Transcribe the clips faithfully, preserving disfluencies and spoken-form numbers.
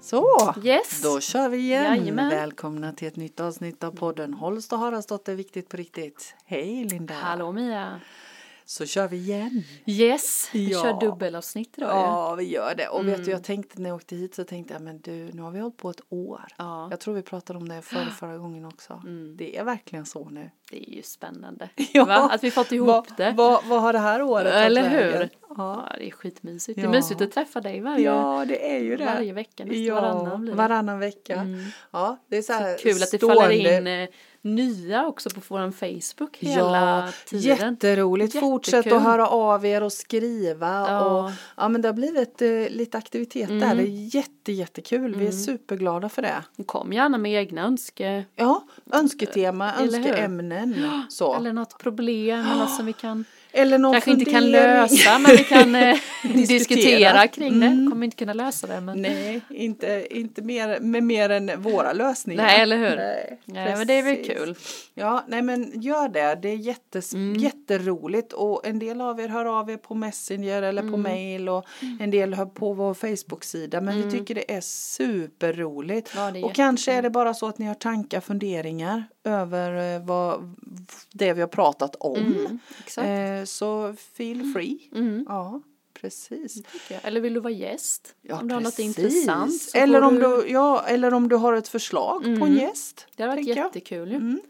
Så, yes. Då kör vi igen. Jajamän. Välkomna till ett nytt avsnitt av podden Holst och Haraldsdotter, viktigt på riktigt. Hej Linda. Hallå Mia. Så kör vi igen. Yes, vi Ja. kör dubbelavsnitt idag. Ja, vi gör det. Och Mm. vet du, jag tänkte när jag åkte hit så tänkte jag, men du, nu har vi hållit på ett år. Ja. Jag tror vi pratade om det förra, förra gången också. Mm. Det är verkligen så nu. Det är ju spännande. Ja. Va? Att vi fått ihop Va, det. Vad va har det här året tagit Eller vägen? hur? Ja. Ja, det är skitmysigt. Ja. Det är mysigt att träffa dig varje, Ja, det är ju det. varje vecka. Nästan Ja, varannan blir det. varannan vecka. Mm. Ja, det är så här Så kul att det stående... faller in eh, nya också på vår Facebook hela Ja, tiden. jätteroligt. Jättekul. Fortsätt att höra av er och skriva. Ja. Och, ja, men det har blivit eh, lite aktivitet Mm. där. Det är jätte, jättekul. Vi är Mm. superglada för det. Kom gärna med egna önske. Ja, önsketema, Eller hur? önskeämnen. Så. Eller något problem, eller något som vi kan Eller någon kanske inte kan fundering. lösa, men vi kan eh, diskutera. Diskutera kring det. Mm. Kommer inte kunna lösa det, men Nej, inte, inte mer, med mer än våra lösningar. nej, eller hur? Nej, Nej, men det är väl precis. kul. Ja, nej men gör det. Det är jättes, Mm. jätteroligt. Och en del av er hör av er på Messenger eller på Mm. mail. Och en del hör på vår Facebook-sida. Men Mm. vi tycker det är superroligt. Ja, det är och kanske är det bara så att ni har tankar, funderingar över eh, vad, det vi har pratat om. Mm, exakt. Eh, så feel free. Mm. Ja, precis. Tycker jag. Eller vill du vara gäst? Ja, om du har något precis. intressant. så Eller får om du, ja, eller om du har ett förslag på en Mm. gäst. Det har varit tänker jag. jättekul ju. Mm.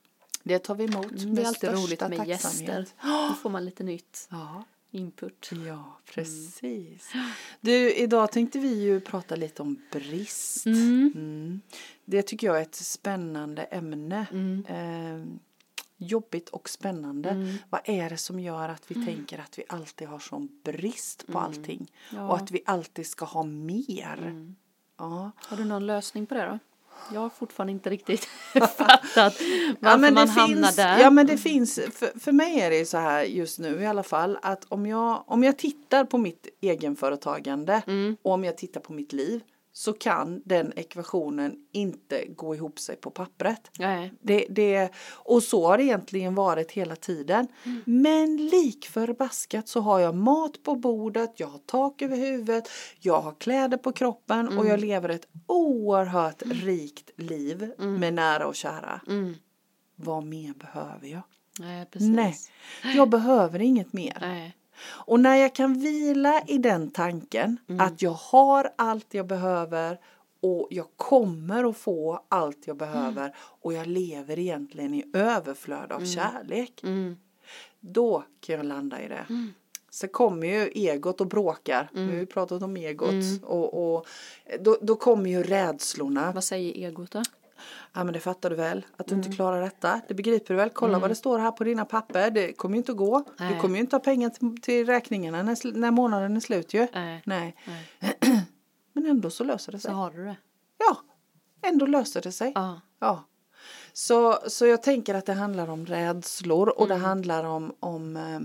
Det tar vi emot Mm, med det är alltid största roligt med tacksamhet. gäster. Då får man lite nytt Ja, input. ja, precis. Du, idag tänkte vi ju prata lite om brist. Mm. Mm. Det tycker jag är ett spännande ämne. Mm. Eh, jobbigt och spännande. Mm. Vad är det som gör att vi tänker att vi alltid har sån brist på Mm. allting? Ja. Och att vi alltid ska ha mer. Mm. Ja. Har du någon lösning på det då? Jag har fortfarande inte riktigt fattat varför Ja, men det man hamnar finns, där. ja men det finns, för, för mig är det så här just nu i alla fall, att om jag, om jag tittar på mitt egenföretagande Mm. och om jag tittar på mitt liv, så kan den ekvationen inte gå ihop sig på pappret. Nej. Det, det, och så har det egentligen varit hela tiden. Mm. Men lik förbaskat så har jag mat på bordet, jag har tak över huvudet, jag har kläder på kroppen Mm. och jag lever ett oerhört rikt liv Mm. med nära och kära. Mm. Vad mer behöver jag? Nej, precis. Nej, jag behöver inget mer. Nej. Och när jag kan vila i den tanken Mm. att jag har allt jag behöver och jag kommer att få allt jag behöver och jag lever egentligen i överflöd av Mm. kärlek. Mm. Då kan jag landa i det. Mm. Så kommer ju egot och bråkar. Mm. Nu har vi pratat om egot. Mm. Och, och då, då kommer ju rädslorna. Vad säger egot då? Ja, men det fattar du väl. Att du Mm. inte klarar detta. Det begriper du väl. Kolla Mm. vad det står här på dina papper. Det kommer ju inte att gå. Nej. Du kommer ju inte ha pengar till, till räkningarna när, sl- när månaden är slut ju. Nej. Nej. Nej. Men ändå så löser det sig. Så har du det. Ja, ändå löser det sig. Ja. Ja. Så, så jag tänker att det handlar om rädslor. Och Mm. det handlar om, om eh,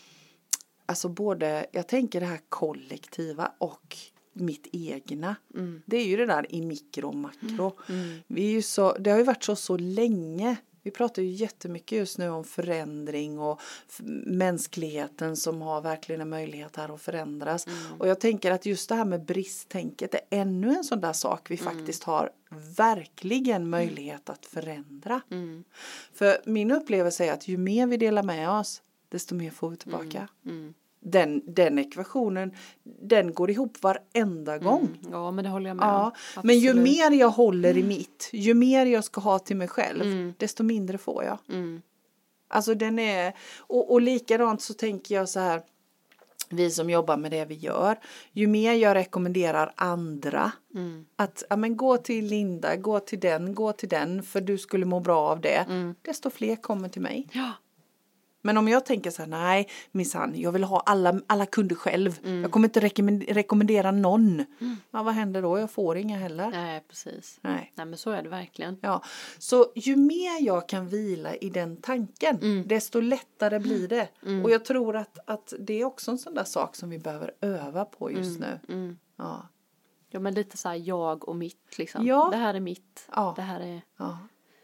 alltså både, jag tänker det här kollektiva och mitt egna. Mm. Det är ju det där i mikro och makro. Mm. Vi är ju så, det har ju varit så så länge. Vi pratar ju jättemycket just nu om förändring och f- mänskligheten som har verkligen en möjlighet här att förändras. Mm. Och jag tänker att just det här med bristtänket är ännu en sån där sak vi Mm. faktiskt har verkligen möjlighet att förändra. Mm. För min upplevelse är att ju mer vi delar med oss, desto mer får vi tillbaka. Mm. Den, den ekvationen, den går ihop varenda gång. Mm. Ja, men det håller jag med Ja, om. men ju Absolut. mer jag håller i mitt, ju mer jag ska ha till mig själv, Mm. desto mindre får jag. Mm. Alltså den är, och, och likadant så tänker jag så här, vi som jobbar med det vi gör, ju mer jag rekommenderar andra, Mm. att ja, men gå till Linda, gå till den, gå till den, för du skulle må bra av det, Mm. desto fler kommer till mig. Ja. Men om jag tänker så här, nej, minsann, jag vill ha alla, alla kunder själv. Mm. Jag kommer inte rekommendera, rekommendera någon. Mm. Ja, vad händer då? Jag får inga heller. Nej, precis. Nej. Nej, men så är det verkligen. Ja, så ju mer jag kan vila i den tanken, Mm. desto lättare blir det. Mm. Och jag tror att, att det är också en sån där sak som vi behöver öva på just Mm. nu. Mm. Ja. Ja, men lite så här jag och mitt liksom. Ja. Det här är mitt. Ja. Det här är... Ja.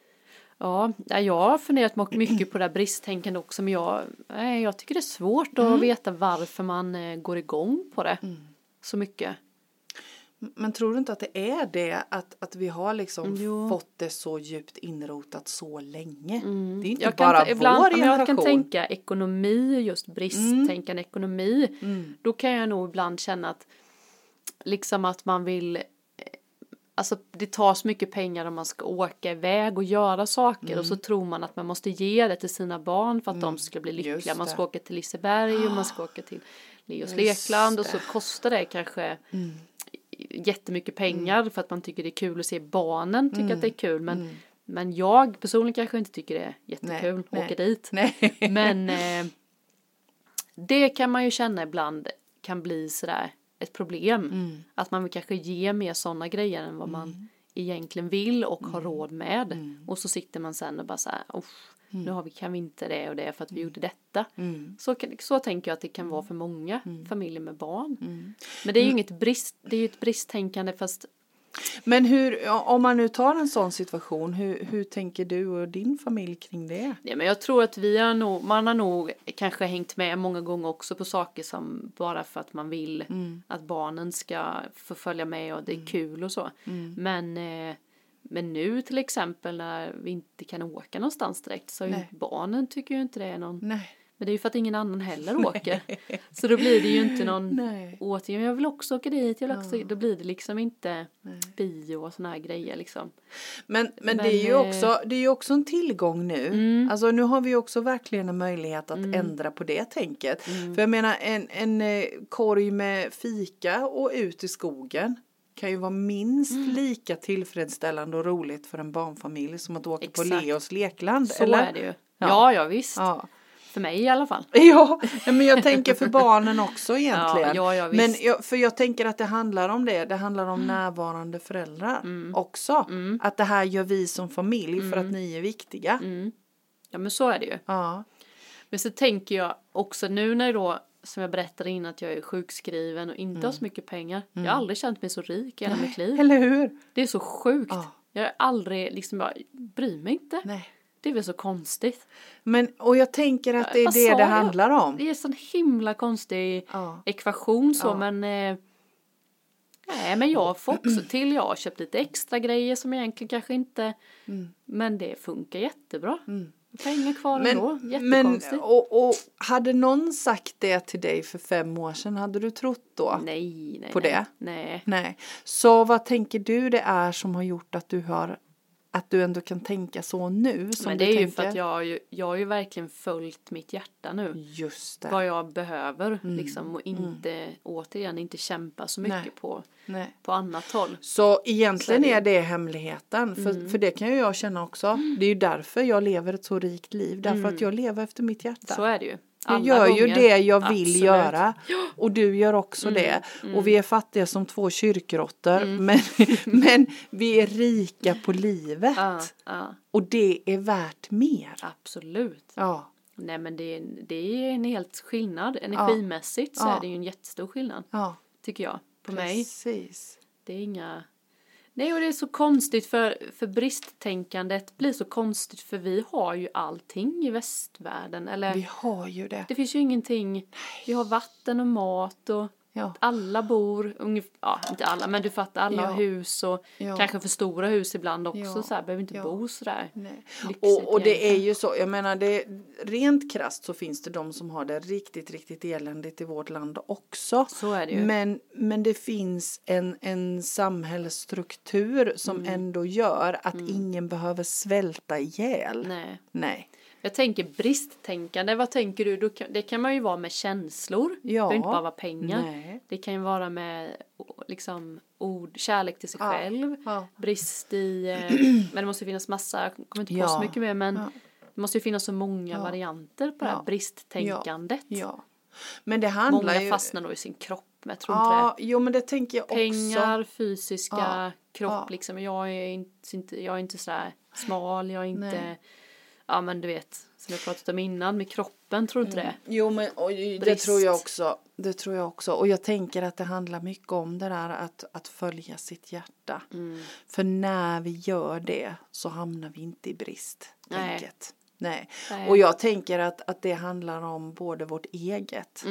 Ja, jag har funderat mycket på det här bristtänkande också, men jag, nej, jag tycker det är svårt att Mm. veta varför man eh, går igång på det Mm. så mycket. Men tror du inte att det är det? Att, att vi har liksom Jo. fått det så djupt inrotat så länge. Mm. Det är inte jag kan bara ta, ibland, vår om generation. jag kan tänka ekonomi, just bristtänkande ekonomi. Mm. Då kan jag nog ibland känna att liksom att man vill, alltså det tar så mycket pengar om man ska åka iväg och göra saker Mm. och så tror man att man måste ge det till sina barn för att de ska bli lyckliga. Just Man det. ska åka till Liseberg och man ska åka till Leos Just lekland och så det. kostar det kanske Mm. jättemycket pengar för att man tycker det är kul att se barnen tycker Mm. att det är kul, men Mm. men jag personligen kanske inte tycker det är jättekul Nej, att nej. åka dit. Nej. Men eh, det kan man ju känna ibland kan bli sådär ett problem. Mm. Att man vill kanske ge mer sådana grejer än vad man egentligen vill och har råd med. Mm. Och så sitter man sen och bara såhär, nu har vi, kan vi inte det och det för att vi gjorde detta. Mm. Så, kan, så tänker jag att det kan vara för många familjer med barn. Mm. Men det är ju inget brist, det är ju ett bristtänkande fast Men hur, om man nu tar en sån situation, hur, hur tänker du och din familj kring det? ja, men jag tror att vi har nog, man har nog kanske hängt med många gånger också på saker som bara för att man vill Mm. att barnen ska få följa med och det är kul och så. Mm. Men, eh, men nu till exempel när vi inte kan åka någonstans direkt så är ju Nej. barnen tycker ju inte det är någon, Nej. men det är ju för att ingen annan heller åker. Så då blir det ju inte någon Nej. återigen, jag vill också åka dit, jag vill också, Ja. då blir det liksom inte Nej. bio och såna här grejer liksom. Men, men, Men, det är ju eh, också, det är ju också en tillgång nu. Mm. Alltså nu har vi också verkligen en möjlighet att Mm. ändra på det tänket. Mm. För jag menar en, en eh, korg med fika och ut i skogen kan ju vara minst Mm. lika tillfredsställande och roligt för en barnfamilj som att åka Exakt. på Leos lekland. Så eller? är det ju. Ja. Ja, ja visst. Ja. För mig i alla fall. Ja, men jag tänker för barnen också egentligen. Ja, ja, ja, men visst. jag, för jag tänker att det handlar om det. Det handlar om närvarande föräldrar Mm. också. Mm. Att det här gör vi som familj för Mm. att ni är viktiga. Mm. Ja, men så är det ju. Ja. Men så tänker jag också nu när då, som jag berättade innan, att jag är sjukskriven och inte har så mycket pengar. Jag har aldrig känt mig så rik i hela mitt liv. Eller hur? Det är så sjukt. Ja. Jag har aldrig liksom bara, bryr mig inte. Nej. Det är väl så konstigt. Men, och jag tänker att det är Vad det sa det jag? handlar om. Det är en sån himla konstig Ja. ekvation så, Ja. men eh, nej, men jag får också till, jag har köpt lite extra grejer som egentligen kanske inte, Mm. men det funkar jättebra. Mm. Pengar kvar Men, ändå, men jättekonstigt. och, och hade någon sagt det till dig för fem år sedan, hade du trott då? Nej, nej, på nej. det? Nej. Nej. Så vad tänker du det är som har gjort att du har att du ändå kan tänka så nu som Men du det är ju tänker? för att jag har ju, jag har ju verkligen följt mitt hjärta nu. Just det. Vad jag behöver Mm. liksom och inte återigen inte kämpa så mycket Nej. på, Nej. på annat håll. Så egentligen Så är är det- det hemligheten. För, Mm. för det kan ju jag känna också. Det är ju därför jag lever ett så rikt liv. Därför Mm. att jag lever efter mitt hjärta. Så är det ju. Jag Alla gör ju gånger. det jag vill Absolut. göra. Och du gör också Mm, det. mm. Och vi är fattiga som två kyrkråttor. Mm. Men, men vi är rika på livet. Ja, ja, Och det är värt mer. absolut. Ja. Nej, men det, är- det är en helt skillnad. Energimässigt så Ja. är det ju en jättestor skillnad. Ja. Tycker jag. På mig. Precis. Det är inga... Nej, och det är så konstigt för, för bristtänkandet blir så konstigt för vi har ju allting i västvärlden. Eller Vi har ju det. det finns ju ingenting. Vi har vatten och mat och Ja. alla bor, ungefär, ja inte alla, men du fattar, alla Ja. har hus och Ja. kanske för stora hus ibland också. Ja. Så här, behöver inte Ja. bo sådär. Nej. lyxigt Och, och det är egentligen. ju så, jag menar det, rent krasst så finns det de som har det riktigt, riktigt eländigt i vårt land också. Så är det ju. Men, men det finns en, en samhällsstruktur som Mm. ändå gör att ingen behöver svälta ihjäl. Nej. Nej. Jag tänker bristtänkande, vad tänker du? Då kan- Det kan man ju vara med känslor. Det Ja. behöver inte bara vara pengar. Nej. Det kan ju vara med o- liksom ord, kärlek till sig Ja. själv. Ja. Brist i, eh, men det måste ju finnas massa, jag kommer inte på Ja. så mycket mer, men Ja. det måste ju finnas så många Ja. varianter på det Ja. här bristtänkandet. Ja. Men det handlar Många ju... fastnar då i sin kropp, men jag tror inte Ja, jo men det tänker jag det. Pengar, också. fysiska, Ja. kropp Ja. liksom. Jag är inte, inte, jag är inte så här smal, jag är inte, Nej. ja men du vet, som jag pratat om innan, med kroppen, tror du inte det? Jo men och, det Brist. tror jag också. Det tror jag också. Och jag tänker att det handlar mycket om det där att, att följa sitt hjärta. Mm. För när vi gör det så hamnar vi inte i brist. Nej. Tänket. Nej. Nej. Och jag tänker att, att det handlar om både vårt eget. Mm.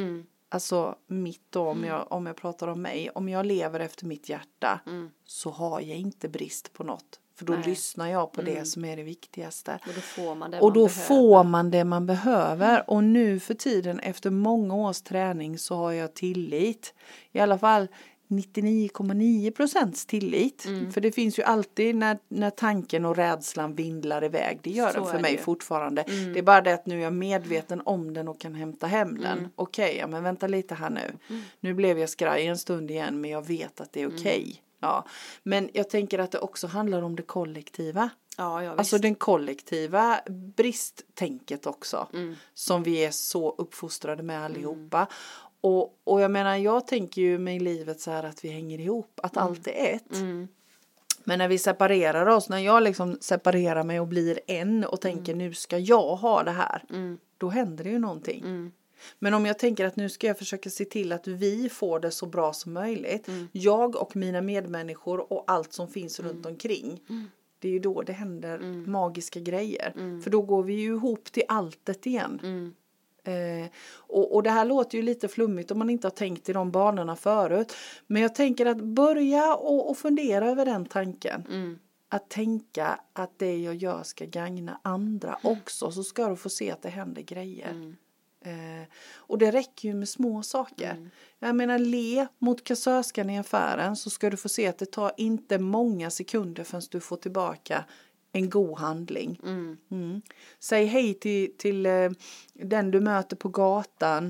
alltså mitt då, om jag, om jag pratar om mig, om jag lever efter mitt hjärta Mm. så har jag inte brist på något. För då Nej. lyssnar jag på Mm. det som är det viktigaste. Och då får man det Och man då behöver. får man det man behöver. Och nu för tiden, efter många års träning, så har jag tillit. I alla fall nittionio komma nio procents tillit. Mm. För det finns ju alltid när, när tanken och rädslan vindlar iväg. Det gör Så den för är mig det ju. fortfarande. Mm. Det är bara det att nu är jag medveten om den och kan hämta hem den. Mm. Okej, okay, ja, men vänta lite här nu. Mm. Nu blev jag skraj en stund igen, men jag vet att det är okej. Okay. Mm. Ja. Men jag tänker att det också handlar om det kollektiva. Ja, ja, visst. Alltså den kollektiva bristtänket också. Mm. Som vi är så uppfostrade med allihopa. Mm. Och, och jag menar, jag tänker ju med livet så här att vi hänger ihop. Att Mm. allt är ett. Mm. Men när vi separerar oss, när jag liksom separerar mig och blir en och tänker Mm. nu ska jag ha det här. Mm. Då händer det ju någonting. Mm. Men om jag tänker att nu ska jag försöka se till att vi får det så bra som möjligt. Mm. Jag och mina medmänniskor och allt som finns Mm. runt omkring. Mm. Det är ju då det händer Mm. magiska grejer. Mm. För då går vi ju ihop till alltet igen. Mm. Eh, och, och det här låter ju lite flummigt om man inte har tänkt i de banorna förut. Men jag tänker att börja och, och fundera över den tanken. Mm. Att tänka att det jag gör ska gagna andra Mm. också. Så ska du få se att det händer grejer. Mm. Eh, och det räcker ju med små saker. Mm. Jag menar, le mot kassörskan i affären så ska du få se att det tar inte många sekunder förrän du får tillbaka en god handling. Mm. Mm. Säg hej till, till eh, den du möter på gatan.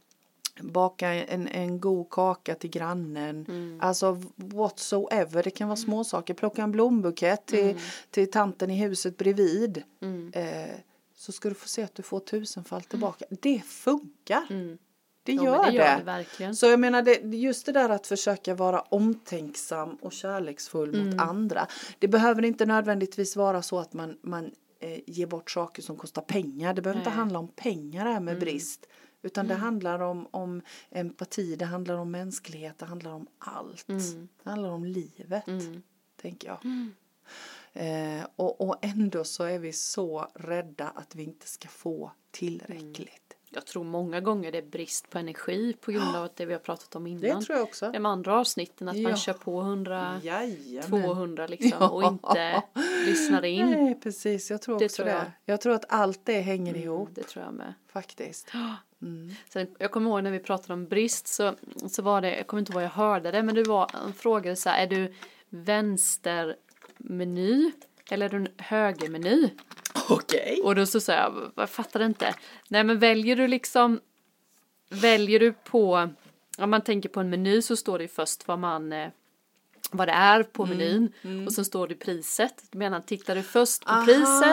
Baka en, en god kaka till grannen. Mm. Alltså whatsoever. Det kan vara små saker. Plocka en blombukett till, Mm. till tanten i huset bredvid. Mm. Eh, så ska du få se att du får tusenfall tillbaka. Det funkar. Mm. Det Ja, gör men det. det. Gör det verkligen. Så jag menar, det, just det där att försöka vara omtänksam och kärleksfull Mm. mot andra. Det behöver inte nödvändigtvis vara så att man, man eh, ger bort saker som kostar pengar. Det behöver Nej. inte handla om pengar det här med Mm. brist. Utan det handlar om, om empati, det handlar om mänsklighet, det handlar om allt. Mm. Det handlar om livet, Mm. tänker jag. Mm. Eh, och, och ändå så är vi så rädda att vi inte ska få tillräckligt. Jag tror många gånger det är brist på energi på grund av att det vi har pratat om innan. Det tror jag också. De andra avsnitten, att Ja. man kör på hundra, Jajamän. tvåhundra liksom Ja. och inte lyssnar in. Nej, precis. Jag tror Det också tror det. jag. Jag tror att allt det hänger Mm, ihop, det tror jag med. faktiskt. Mm. Sen, jag kommer ihåg när vi pratade om brist så, så var det, jag kommer inte ihåg vad jag hörde det, men det var en fråga så här, är du vänstermeny eller är du en högermeny? Okej. Och då så sa jag, jag fattar inte. Nej, men väljer du liksom, väljer du på, om man tänker på en meny så står det ju först vad man, eh, vad det är på menyn mm. och så står det priset. Jag menar, tittar du först på Aha. priset,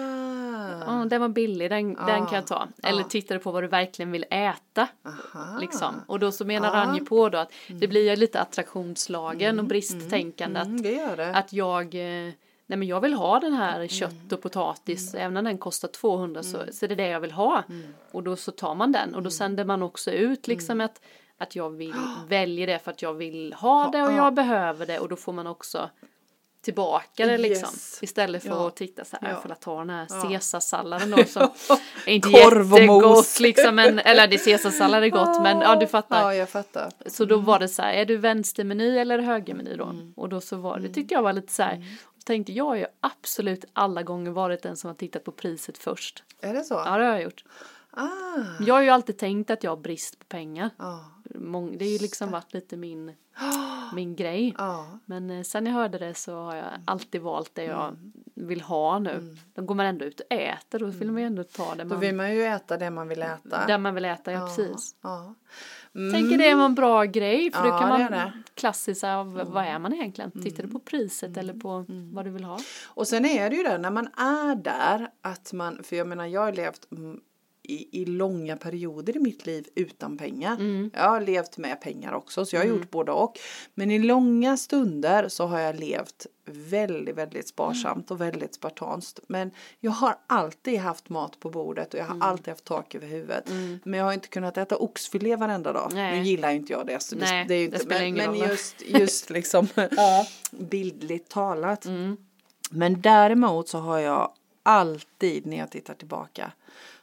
oh, den var billig, den, Ja. den kan jag ta. Eller Ja. tittar du på vad du verkligen vill äta. Aha. Liksom. Och då så menar Ja. han ju på då att det blir ju lite attraktionslagen och bristtänkande. Mm, det gör det. Att, att jag, eh, nej men jag vill ha den här kött och potatis, även när den kostar tvåhundra så, så är det det jag vill ha. Och då så tar man den och då sänder man också ut liksom att, att jag vill välja det för att jag vill ha det och Ja. jag behöver det och då får man också tillbaka det liksom. Yes. Istället för Ja. att titta så här, Ja. jag får ta den här Ja. caesarsalladen då som är inte Korv och jättegott mos. liksom, men, eller det caesarsallad är gott men ja du fattar. Ja, jag fattar. Så då var det så här, är du vänstermeny eller högermeny då? Mm. Och då så var det, tyckte jag var lite så här, Mm. tänkte jag har ju absolut alla gånger varit den som har tittat på priset först. Är det så? Ja, det har jag gjort. Ah. Jag har ju alltid tänkt att jag har brist på pengar. Ja. Mång- Det har ju liksom varit lite min, min grej. Ja. Men eh, sen jag hörde det så har jag alltid valt det jag Mm. vill ha nu. Då går man ändå ut och äter, då vill man ju ändå ta det Då man, vill man ju äta det man vill äta. där man vill äta, ja, precis. Ja. Mm. Tänker det var en bra grej, för Ja, då kan det man är det. klassiskt av vad är man egentligen? Tittar du på priset eller på vad du vill ha? Och sen är det ju det, när man är där, att man, för jag menar jag har levt mm, i, i långa perioder i mitt liv utan pengar. Mm. Jag har levt med pengar också, så jag har Mm. gjort både och. Men i långa stunder så har jag levt väldigt, väldigt sparsamt och väldigt spartanskt. Men jag har alltid haft mat på bordet och jag har Mm. alltid haft tak över huvudet. Mm. Men jag har inte kunnat äta oxfilé varenda dag. Nej. Nu gillar ju inte jag det. Så det, Nej, det är ju det inte, spelar men, ingen men roll. just, just liksom bildligt talat. Mm. Men däremot så har jag alltid när jag tittar tillbaka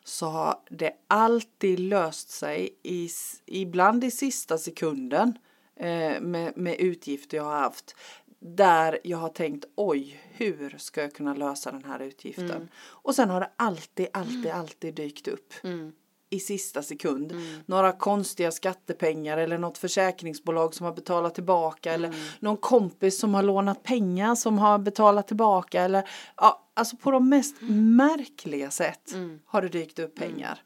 så har det alltid löst sig i, ibland i sista sekunden eh, med, med utgifter jag har haft. Där jag har tänkt, oj, hur ska jag kunna lösa den här utgiften? Mm. Och sen har det alltid, alltid, alltid dykt upp. Mm. I sista sekund. Mm. Några konstiga skattepengar eller något försäkringsbolag som har betalat tillbaka. Mm. Eller någon kompis som har lånat pengar som har betalat tillbaka. Eller, ja, alltså på de mest märkliga sätt mm. har det dykt upp pengar.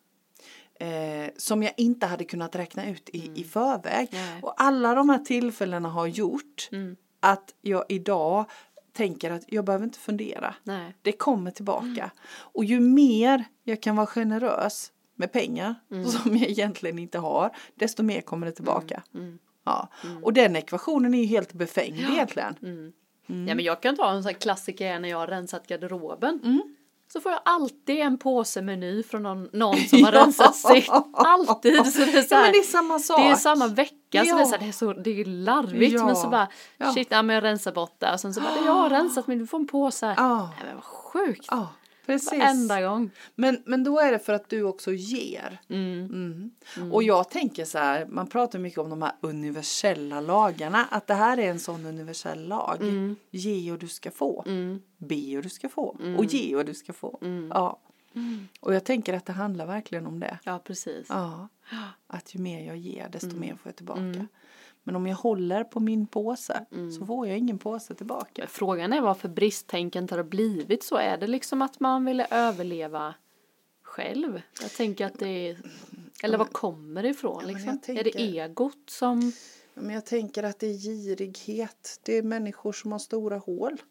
Mm. Eh, som jag inte hade kunnat räkna ut i, mm. i förväg. Nej. Och alla de här tillfällena har gjort mm. att jag idag tänker att jag behöver inte fundera. Nej. Det kommer tillbaka. Mm. Och ju mer jag kan vara generös med pengar mm. som jag egentligen inte har, desto mer kommer det tillbaka. Mm. Mm. Ja. Mm. Och den ekvationen är ju helt befängd ja. egentligen. Mm. Mm. Ja, men jag kan ta en sån här klassiker när jag har rensat garderoben. Mm. Så får jag alltid en påse meny från någon, någon som har rensat sig. Alltid. Så det är så här, ja, men det är samma sak. Det är samma vecka. Ja. Så det är, så här, det är så det är larvigt. Ja. Men så bara, ja. shit, ja, men jag rensar bort det. Och sen så bara, jag har rensat men du får en påse. Ja. Nej, men vad sjukt. Ja. Precis. Varenda gång. Men, men då är det för att du också ger. Mm. Mm. Mm. Och jag tänker så här, man pratar mycket om de här universella lagarna. Att det här är en sån universell lag. Mm. Ge och du ska få. Mm. Be och du ska få. Mm. Och ge och du ska få. Mm. Ja. Mm. Och jag tänker att det handlar verkligen om det. Ja, precis. Ja. Att ju mer jag ger, desto mm. mer får jag tillbaka. Mm. Men om jag håller på min påse mm. så får jag ingen påse tillbaka. Frågan är varför bristtänkandet har blivit så. Är det liksom att man vill överleva själv? Jag tänker att det är... Eller vad kommer det ifrån? Ja, liksom? tänker, är det egot som... Ja, men jag tänker att det är girighet. Det är människor som har stora hål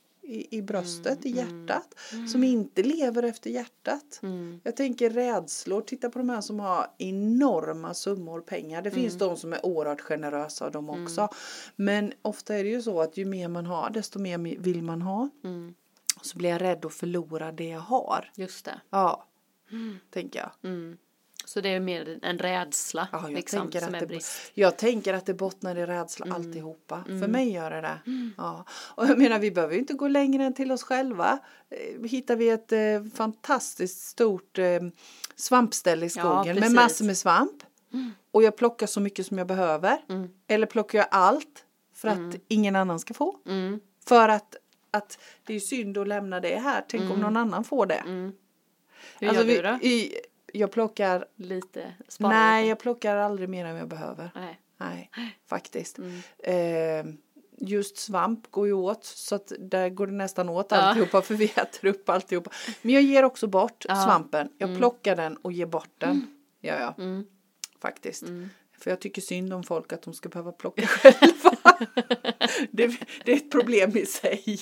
i, i bröstet, mm, i hjärtat. Mm. Som inte lever efter hjärtat. Mm. Jag tänker rädslor. Titta på de här som har enorma summor pengar. Det mm. finns de som är oerhört generösa av dem också. Mm. Men ofta är det ju så att ju mer man har, desto mer vill man ha. Mm. Så blir jag rädd att förlora det jag har. Just det. Ja, mm. tänker jag. Mm. Så det är mer en rädsla ja, jag liksom, tänker som att är det, brist. Jag tänker att det bottnar i rädsla mm. alltihopa. Mm. För mig gör det det. Mm. Ja. Och jag menar, vi behöver ju inte gå längre än till oss själva. Hittar vi ett eh, fantastiskt stort eh, svampställe i skogen ja, med massor med svamp. Mm. Och jag plockar så mycket som jag behöver. Mm. Eller plockar jag allt för att mm. ingen annan ska få. Mm. För att, att det är synd att lämna det här. Tänk mm. om någon annan får det. Mm. Hur alltså, gör du då? Vi, i, Jag plockar lite. Nej, lite. jag plockar aldrig mer än jag behöver. Nej, nej faktiskt. Mm. Eh, just svamp går ju åt. Så att där går det nästan åt ja. alltihopa. För vi äter upp alltihopa. Men jag ger också bort ja. svampen. Jag mm. plockar den och ger bort den. Mm. Ja, ja. Mm. Faktiskt. Mm. För jag tycker synd om folk att de ska behöva plocka själva. det, det är ett problem i sig.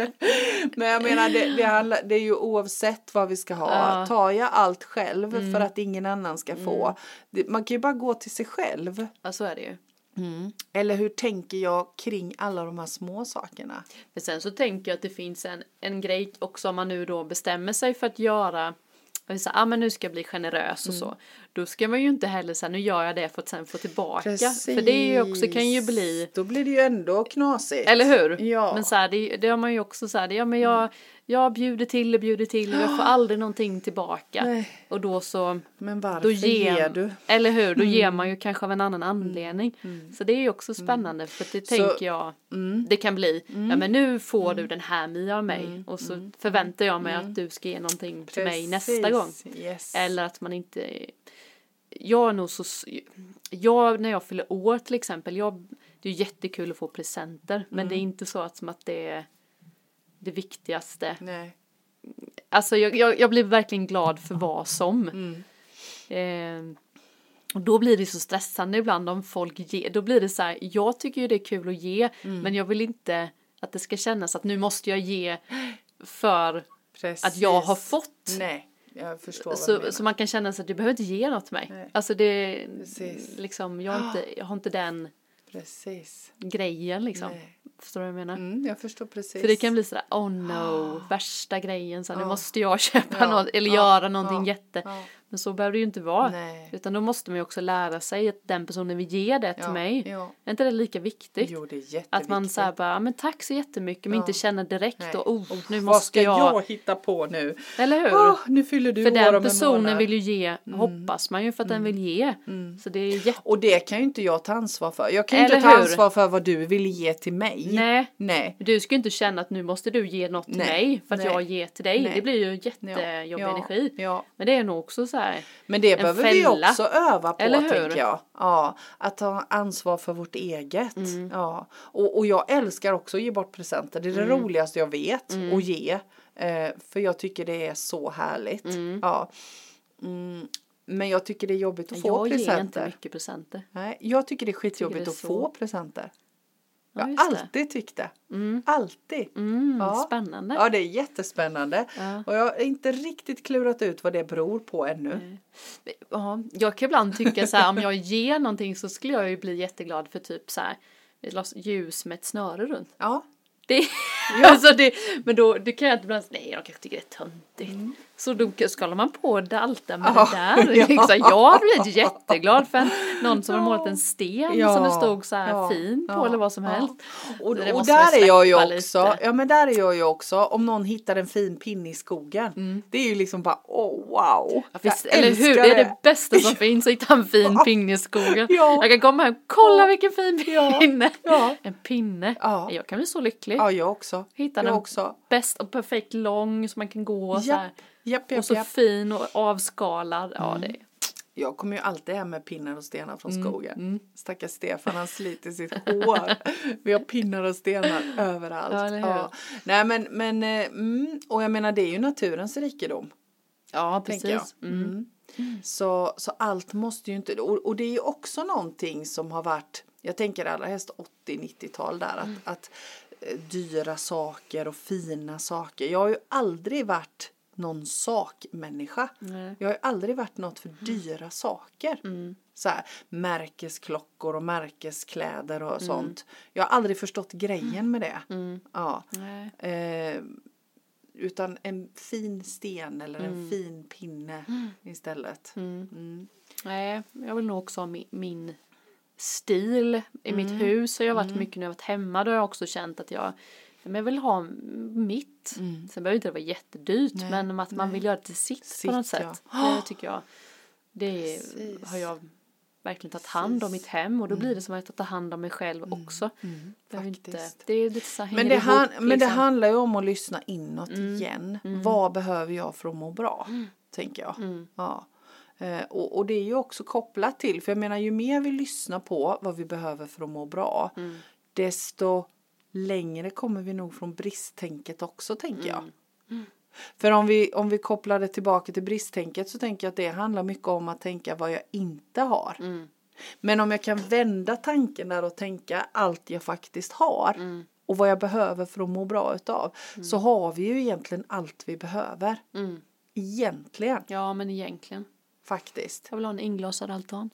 Men jag menar, det, det, handlar, det är ju oavsett vad vi ska ha. Ja. Tar jag allt själv mm. för att ingen annan ska få. Mm. Det, man kan ju bara gå till sig själv. Ja, så är det ju. Mm. Eller hur tänker jag kring alla de här små sakerna? Men sen så tänker jag att det finns en, en grej också om man nu då bestämmer sig för att göra... Och så, ah, men nu ska jag bli generös och mm. så. Då ska man ju inte heller säga, nu gör jag det för att sen få tillbaka. Precis. För det är ju också, kan ju bli... Då blir det ju ändå knasigt. Eller hur? Ja. Men så här, det, det har man ju också så här, ja men jag, jag bjuder till och bjuder till och jag får aldrig någonting tillbaka. Nej. Och då så... Men varför då ger, ger du? Eller hur? Då mm. ger man ju kanske av en annan anledning. Mm. Så det är ju också spännande mm. för det så, tänker jag, mm. det kan bli, mm. ja men nu får mm. du den här Mia av mig mm. och så mm. förväntar jag mig mm. att du ska ge någonting till Precis. mig nästa gång. Yes. Eller att man inte... Jag är nog så... Jag, när jag fyller år till exempel, jag, det är jättekul att få presenter. Mm. Men det är inte så att, som att det är det viktigaste. Nej. Alltså jag, jag, jag blir verkligen glad för vad som. Mm. Eh, och då blir det så stressande ibland om folk ger. Då blir det så här, jag tycker ju det är kul att ge. Mm. Men jag vill inte att det ska kännas att nu måste jag ge för Precis. att jag har fått. Nej. Jag förstår så, vad du så man kan känna sig att du behöver inte ge något till mig. Nej. Alltså det Precis. liksom, jag har, inte, jag har inte den precis. grejen liksom. Nej. Förstår du vad jag menar? Mm, jag förstår precis. För det kan bli sådär, oh no, oh. värsta grejen. Så oh. nu måste jag köpa oh. något eller oh. göra någonting oh. jätte. Oh. Men Men så behöver det ju inte vara. Nej. Utan då måste man ju också lära sig att den personen vill ge det till Ja, mig. ja. Är inte det lika viktigt? Jo, det är jätteviktigt. Att man säger bara, ja, men tack så jättemycket. Men Ja. inte känna direkt Nej. då, oh, nu Vad måste ska jag... jag hitta på nu? Eller hur? Åh, nu fyller du För år den om en personen månad. vill ju ge, hoppas man ju för att den vill ge. Så det är ju jätte... Och det kan ju inte jag ta ansvar för. Jag kan ju Eller inte ta hur? ansvar för vad du vill ge till mig. Nej. Nej. Du ska ju inte känna att nu måste du ge något till Nej. mig för att Nej. jag ger till dig. Nej. Det blir ju jättejobbig Ja. energi. Ja. Men det är nog också så här. Men det En behöver vi fälla. också öva på, Eller hur? tänker jag. Ja, att ta ansvar för vårt eget. Mm. Ja. Och, och jag älskar också att ge bort presenter. Det är det Mm. roligaste jag vet att ge. Eh, för jag tycker det är så härligt. Mm. Ja. Mm. Men jag tycker det är jobbigt att få Jag ger presenter. inte mycket presenter. Nej, jag tycker det är skitjobbigt det är att så. få presenter. Ja, Jag har just det. alltid tyckt det. Mm. Alltid. Mm, Ja. Spännande. Ja, det är jättespännande. Ja. Och jag har inte riktigt klurat ut vad det beror på ännu. Mm. Ja, jag kan ibland tycka så här, om jag ger någonting så skulle jag ju bli jätteglad för typ så här ett glas ljus med ett snöre runt. Ja. Det, alltså det, men då det kan jag inte ibland säga, nej jag kanske tycker det är töntigt. Mm. Så då skalar man på dalten med Ja, det där. ja. Liksom, jag hade blivit jätteglad för en, någon som har målat en sten Ja, som det stod så här ja, fin på ja, eller vad som ja. helst. Och, Så det och måste man där är jag ju släppa också, lite. ja men där är jag ju också, om någon hittar en fin pinne i skogen. Det är ju liksom bara, åh oh, wow. Mm. Ja, visst, Jag eller hur, älskar det är det bästa som finns att hitta en fin Ja. pinne i skogen. Ja. Jag kan komma hem, kolla Ja. vilken fin Ja. pinne. Ja. En pinne. Ja. Jag kan bli så lycklig. Ja, jag också. Hitta jag den också. bäst och perfekt lång så man kan gå så här. Japp, japp, japp, Och så japp. fin och avskalad. Ja, det är. Jag kommer ju alltid hem med pinnar och stenar från Mm, skogen. Stackars Stefan, han sliter sitt hår. Vi har pinnar och stenar överallt. Ja, eller hur? Nej, men, men eh, mm, och jag menar det är ju naturens rikedom. Ja, Tänker jag. precis. Mm. Så, så allt måste ju inte, och, och det är ju också någonting som har varit, jag tänker allra helst åttio-nittiotal där, att, att eh, dyra saker och fina saker. Jag har ju aldrig varit någon sakmänniska. Nej. Jag har ju aldrig varit något för dyra saker. Mm. Så här, märkesklockor och märkeskläder och sånt. Jag har aldrig förstått grejen med det. Mm. Ja. Nej. Eh, utan en fin sten eller en fin pinne istället. Mm. Nej, jag vill nog också ha min, min stil i mitt hus. Har jag varit mycket när jag varit hemma. Då har jag också känt att jag, men jag vill ha mitt. Sen behöver inte det vara jättedyrt. Nej, men att man nej. vill göra det till sitt, Sitt, på något sätt. ja. Det tycker jag. Det Precis. har jag verkligen tagit hand om mitt hem. Och då blir det som att jag tar hand om mig själv också. Behöver inte, faktiskt. det är lite så här, Men, det, hänger han, ihop, men det liksom. handlar ju om att lyssna inåt igen. Vad behöver jag för att må bra? Tänker jag. Ja. Eh, och, och det är ju också kopplat till. För jag menar ju mer vi lyssnar på vad vi behöver för att må bra. Desto längre kommer vi nog från bristtänket också, tänker jag. För om vi, om vi kopplar det tillbaka till bristtänket så tänker jag att det handlar mycket om att tänka vad jag inte har. Men om jag kan vända tanken där och tänka allt jag faktiskt har och vad jag behöver för att må bra utav, så har vi ju egentligen allt vi behöver. Mm. Egentligen, Ja, men egentligen. faktiskt. Jag vill ha en inglasad altan.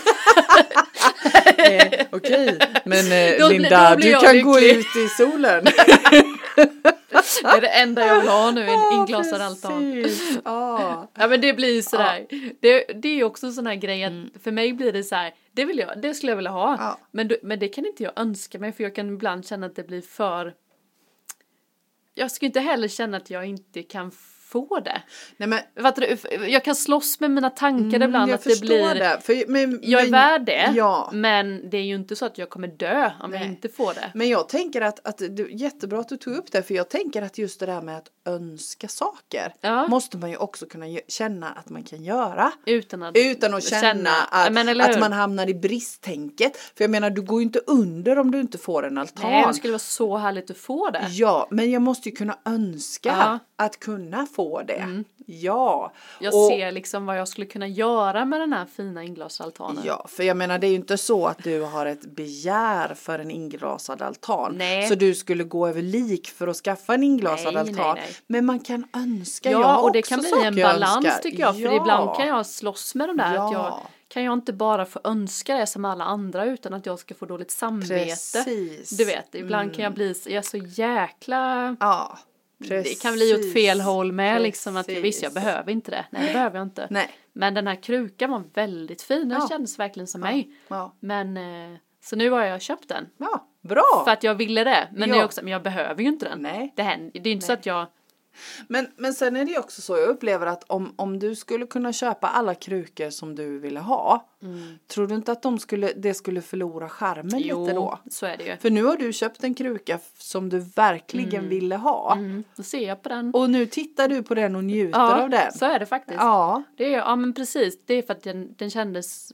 Eh, Okej, men eh, Då blir- Linda, då blir du jag kan gå lycklig. ut i solen. Det är det enda jag vill ha nu, en inglasad altan. Precis. Ja. Ja, men det blir sådär. Det, det är ju också en sån här grej att för mig blir det så här, det vill jag, det skulle jag vilja ha. Ja. Men, du- men det kan inte jag önska mig, för jag kan ibland känna att det blir för, jag skulle inte heller känna att jag inte kan få det. Nej, men Fattar du? Jag kan slåss med mina tankar ibland jag att det förstår blir, det. För, men, jag är men, värd det, Ja. men det är ju inte så att jag kommer dö om Nej. jag inte får det. Men jag tänker att, att det jättebra att du tog upp det, för jag tänker att just det där med att önska saker Ja. måste man ju också kunna gö- känna att man kan göra. Utan att, Utan att känna, känna. att, Men eller att hur? man hamnar i bristtänket. För jag menar, du går ju inte under om du inte får en altan. Nej, det skulle vara så härligt att få det. Ja, men jag måste ju kunna önska Ja. att kunna få det. Ja. Jag Och- ser liksom vad jag skulle kunna göra med den här fina inglasaltanen. Ja, för jag menar det är ju inte så att du har ett begär för en inglasad altan. Nej. Så du skulle gå över lik för att skaffa en inglasad Nej, altan. nej, nej. Men man kan önska. Ja, Jag har och det också kan bli saker en jag balans önskar. tycker jag. För Ja. ibland kan jag slåss med de där. Ja. Att jag, kan jag inte bara få önska det som alla andra utan att jag ska få dåligt samvete. Precis. Du vet, ibland kan jag bli, jag är så jäkla Ja. det kan bli åt fel håll med. Precis. Liksom att visst, jag behöver inte det. Nej, det behöver jag inte. Nej. Men den här krukan var väldigt fin. Den Ja. kändes verkligen som Ja. mig. Ja. Men eh, så nu har jag köpt den. Ja, bra. För att jag ville det. Men Ja. det är också, men jag behöver ju inte den. Nej. Det, händer, det är inte Nej. så att jag... Men, men sen är det ju också så, jag upplever att om, om du skulle kunna köpa alla krukor som du ville ha, Mm. tror du inte att de skulle, det skulle förlora charmen Jo, lite då? så är det ju. För nu har du köpt en kruka som du verkligen ville ha. Mm. Då ser jag på den. Och nu tittar du på den och njuter Ja, av den. så är det faktiskt. Ja, Det är, ja, men precis. Det är för att den, den kändes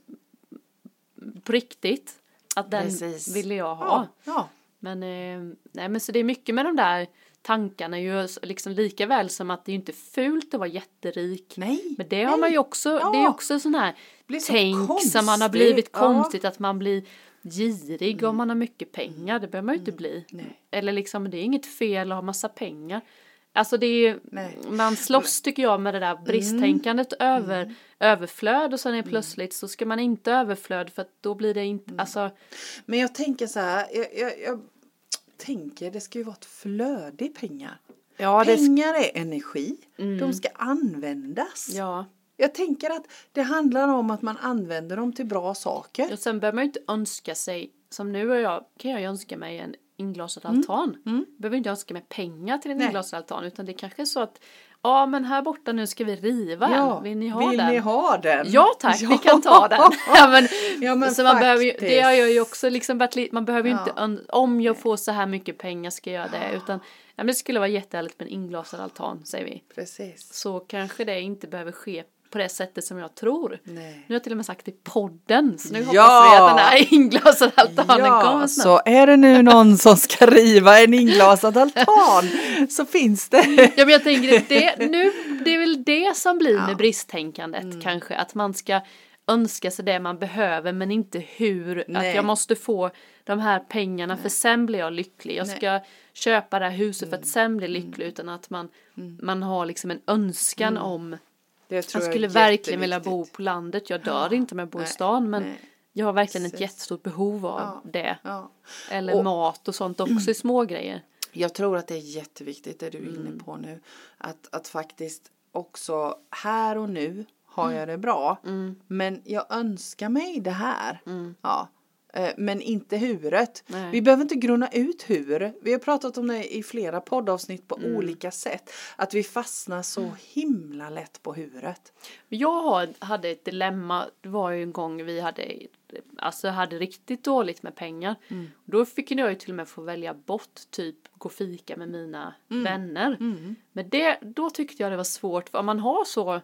på riktigt. Att den Precis. ville jag ha. ja, ja. Men, eh, nej, men så det är mycket med de där tankarna ju liksom lika väl som att det är inte fult att vara jätterik. Nej. Men det har nej. man ju också, Ja. det är också sån här Blir så tänk konstigt. som man har blivit Ja. konstigt att man blir girig om man har mycket pengar. Det behöver man ju inte bli. Nej. Eller liksom det är inget fel att ha massa pengar. Alltså det är Nej. man slåss tycker jag med det där bristtänkandet över överflöd och sen är plötsligt så ska man inte överflöd för att då blir det inte, alltså Men jag tänker så här, jag, jag, jag tänker det ska ju vara ett flöde i pengar. ja, det, Pengar är energi. De ska användas. ja. Jag tänker att det handlar om att man använder dem till bra saker. Och sen behöver man ju inte önska sig, som nu och jag, kan jag ju önska mig en inglasad altan. Mm. Behöver inte önska mig pengar till en Nej. inglasad altan, utan det kanske är så att, ja men här borta nu ska vi riva Ja, en. Vill ni ha vill den? ni ha den? Ja tack, vi kan ta den. Ja, men, Ja, men så man behöver ju, faktiskt. det har jag ju också liksom varit lite, man behöver ju Ja. inte, ön- om jag får så här mycket pengar ska jag göra det, utan ja, men det skulle vara jättehärligt med en inglasad altan, säger vi. Precis. Så kanske det inte behöver ske på det sättet som jag tror. Nej. Nu har jag till och med sagt i podden. Så nu Ja. hoppas vi att den här inglasade altanen Ja, kommer snart. så är det nu någon som ska riva en inglasad altan så finns det. Ja, men jag tänker att det, nu, det är väl det som blir med Ja. bristtänkandet Mm. kanske. Att man ska önska sig det man behöver men inte hur. Nej. Att jag måste få de här pengarna för sen blir jag lycklig. Jag Nej. ska köpa det här huset för att sen bli lycklig. Utan att man, man har liksom en önskan om. Det tror Jag jag skulle är verkligen vilja bo jätteviktigt. på landet. Jag dör Ja. inte om jag bor i Nej. stan. Men Nej. jag har verkligen ett Precis. jättestort behov av Ja. det. Ja. Eller Och- mat och sånt också i små grejer. Jag tror att det är jätteviktigt det du är Mm. inne på nu. Att, att faktiskt också här och nu har jag det bra. Mm. Men jag önskar mig det här. Mm. Ja. Eh, Men inte huret. Nej. Vi behöver inte grunna ut hur. Vi har pratat om det i flera poddavsnitt på Mm. olika sätt. Att vi fastnar så himla lätt på huret. Jag har- hade ett dilemma. Det var ju en gång vi hade, alltså hade riktigt dåligt med pengar. Mm. Då fick jag ju till och med få välja bort typ gå fika med mina vänner. Mm. Men det, då tyckte jag det var svårt. För om man har så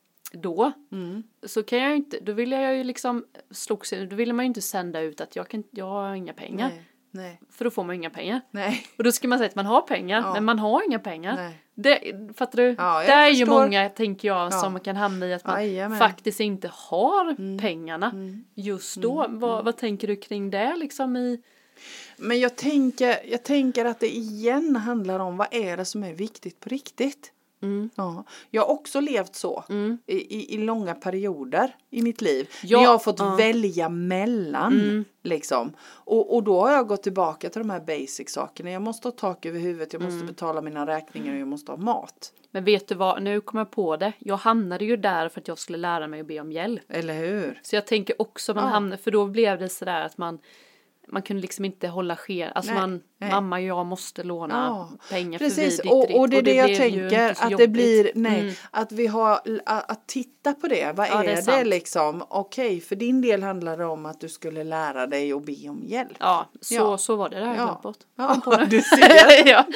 då Mm. så kan jag ju inte, då vill jag ju liksom slogs, då vill man ju inte sända ut att jag, kan, jag har inga pengar. Nej. Nej. För då får man inga pengar. Nej. Och då ska man säga att man har pengar, Ja. men man har inga pengar. Nej. Det, fattar du? Ja, jag det är ju förstår. många, tänker jag, Ja. som kan hamna i att man Jajamän. faktiskt inte har pengarna Mm. just då. Vad, vad tänker du kring det liksom i... Men jag tänker, jag tänker att det igen handlar om vad är det som är viktigt på riktigt. Mm. Ja. Jag har också levt så Mm. i, i, i långa perioder i mitt liv. Ja, när jag har fått ja. välja mellan. Mm. Liksom. Och, och då har jag gått tillbaka till de här basic sakerna. Jag måste ha tak över huvudet, jag måste Mm. betala mina räkningar och jag måste ha mat. Men vet du vad, nu kommer jag på det. Jag hamnade ju där för att jag skulle lära mig att be om hjälp. Eller hur? Så jag tänker också man Ja. hamnar, för då blev det sådär att man man kunde liksom inte hålla sker. Alltså Nej, man, nej. mamma och jag måste låna Ja, pengar Precis, för vi ditt och, och det är det jag blev ju inte tänker, så att det jobbigt. blir, nej, Mm. att vi har, att, att titta på det, vad Ja, är det är det, sant. liksom, okej, för din del handlar det om att du skulle lära dig att be om hjälp. Ja, så, Ja. så var det, det har jag Ja. glömt bort. Ja, Kom på det. du ser, ja.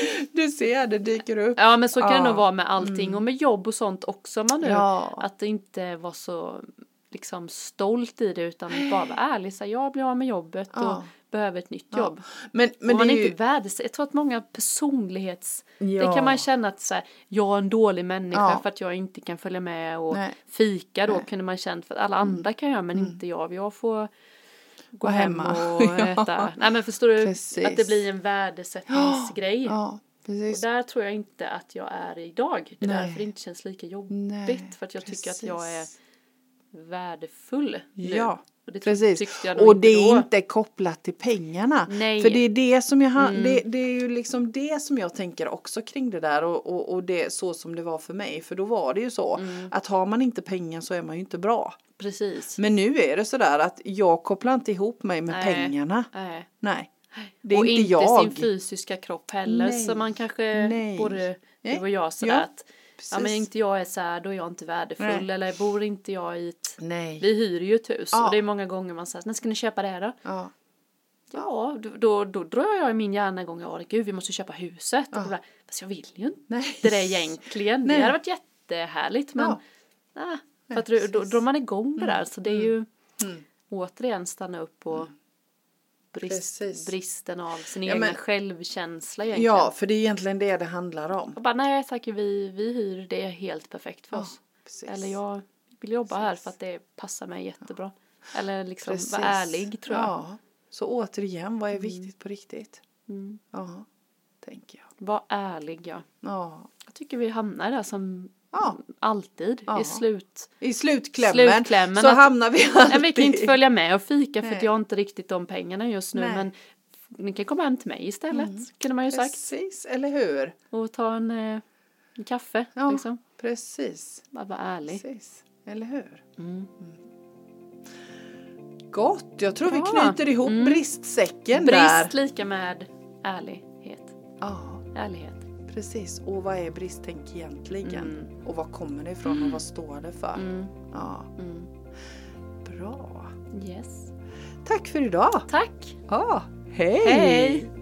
du ser, det dyker upp. ja, men så kan Ja. det nog vara med allting och med jobb och sånt också man nu. Ja. Att det inte var så liksom stolt i det utan bara vara ärlig. Så här, jag blir av med jobbet Ja. och behöver ett nytt Ja. jobb. Men, men och man det är är ju, inte värdes. Jag tror att många personlighets... Ja. Det kan man känna att så här, jag är en dålig människa Ja. för att jag inte kan följa med och Nej. fika då Nej. kunde man känna för att alla andra kan göra men inte jag. Jag får gå Vara hem hemma. och Ja. äta. Nej men förstår du Precis. att det blir en värdesättningsgrej. ja, Och precis. där tror jag inte att jag är idag. Det är Nej. därför det inte känns lika jobbigt. Nej, för att jag tycker att jag är precis. värdefull nu. Ja, Och det Precis. tyckte jag nog Och inte det är då. inte kopplat till pengarna. Nej. För det är det som jag har, Mm. det, det är ju liksom det som jag tänker också kring det där och, och, och det så som det var för mig. För då var det ju så Mm. att har man inte pengar så är man ju inte bra. Precis. Men nu är det sådär att jag kopplar inte ihop mig med Nej. pengarna. Nej. Nej. Det är Och inte inte jag. sin fysiska kropp heller. Nej. Så man kanske, Nej. både Nej. du och jag, sådär Ja, att ja, men inte jag är så här, då är jag inte värdefull. Nej. Eller bor inte jag i ett... Nej. Vi hyr ju ett hus. Ja. Och det är många gånger man säger, när ska ni köpa det då? Ja. Ja, då, då, då drar jag i min hjärna igång. Ja, gud, vi måste köpa huset. Ja. Och där. Fast jag vill ju inte Nej. det egentligen. Nej. Det hade varit jättehärligt. Men Ja. nej, för Nej, att då, då precis. drar man igång det där. Så det är ju Mm. återigen stanna upp och brist, Precis. bristen av sin Ja, egna men- självkänsla egentligen. Ja, för det är egentligen det det handlar om. Och bara, nej tack, vi, vi hyr, det är helt perfekt för Ja, oss. precis. Eller jag vill jobba här Precis. för att det passar mig jättebra. Eller liksom Precis. vara ärlig, tror jag. Ja. Så återigen, vad är viktigt på riktigt? Mm. Ja, tänker jag. Var ärlig, ja. Ja. Jag tycker vi hamnar där som Ja. alltid Ja. i slut. I slutklämmen, Slutklämmen, så att- hamnar vi alltid. Nej, vi kan inte följa med och fika för Nej. att jag har inte riktigt de pengarna just nu. Nej. Men ni kan komma hem till mig istället, kunde man ju sagt. Precis, eller hur? Och ta en, eh, en kaffe, Ja. liksom. Precis. Bara vara ärlig. Precis, eller hur? Mm. Gott, jag tror vi Bra. knyter ihop Mm. bristsäcken Brist där. lika med ärlighet. Ja, Ärlighet. precis. Och vad är bristtänk egentligen? Mm. Och var kommer det ifrån och vad står det för? Mm. Ja, Mm. bra. Yes. Tack för idag. Tack. Ja, hej! Hej.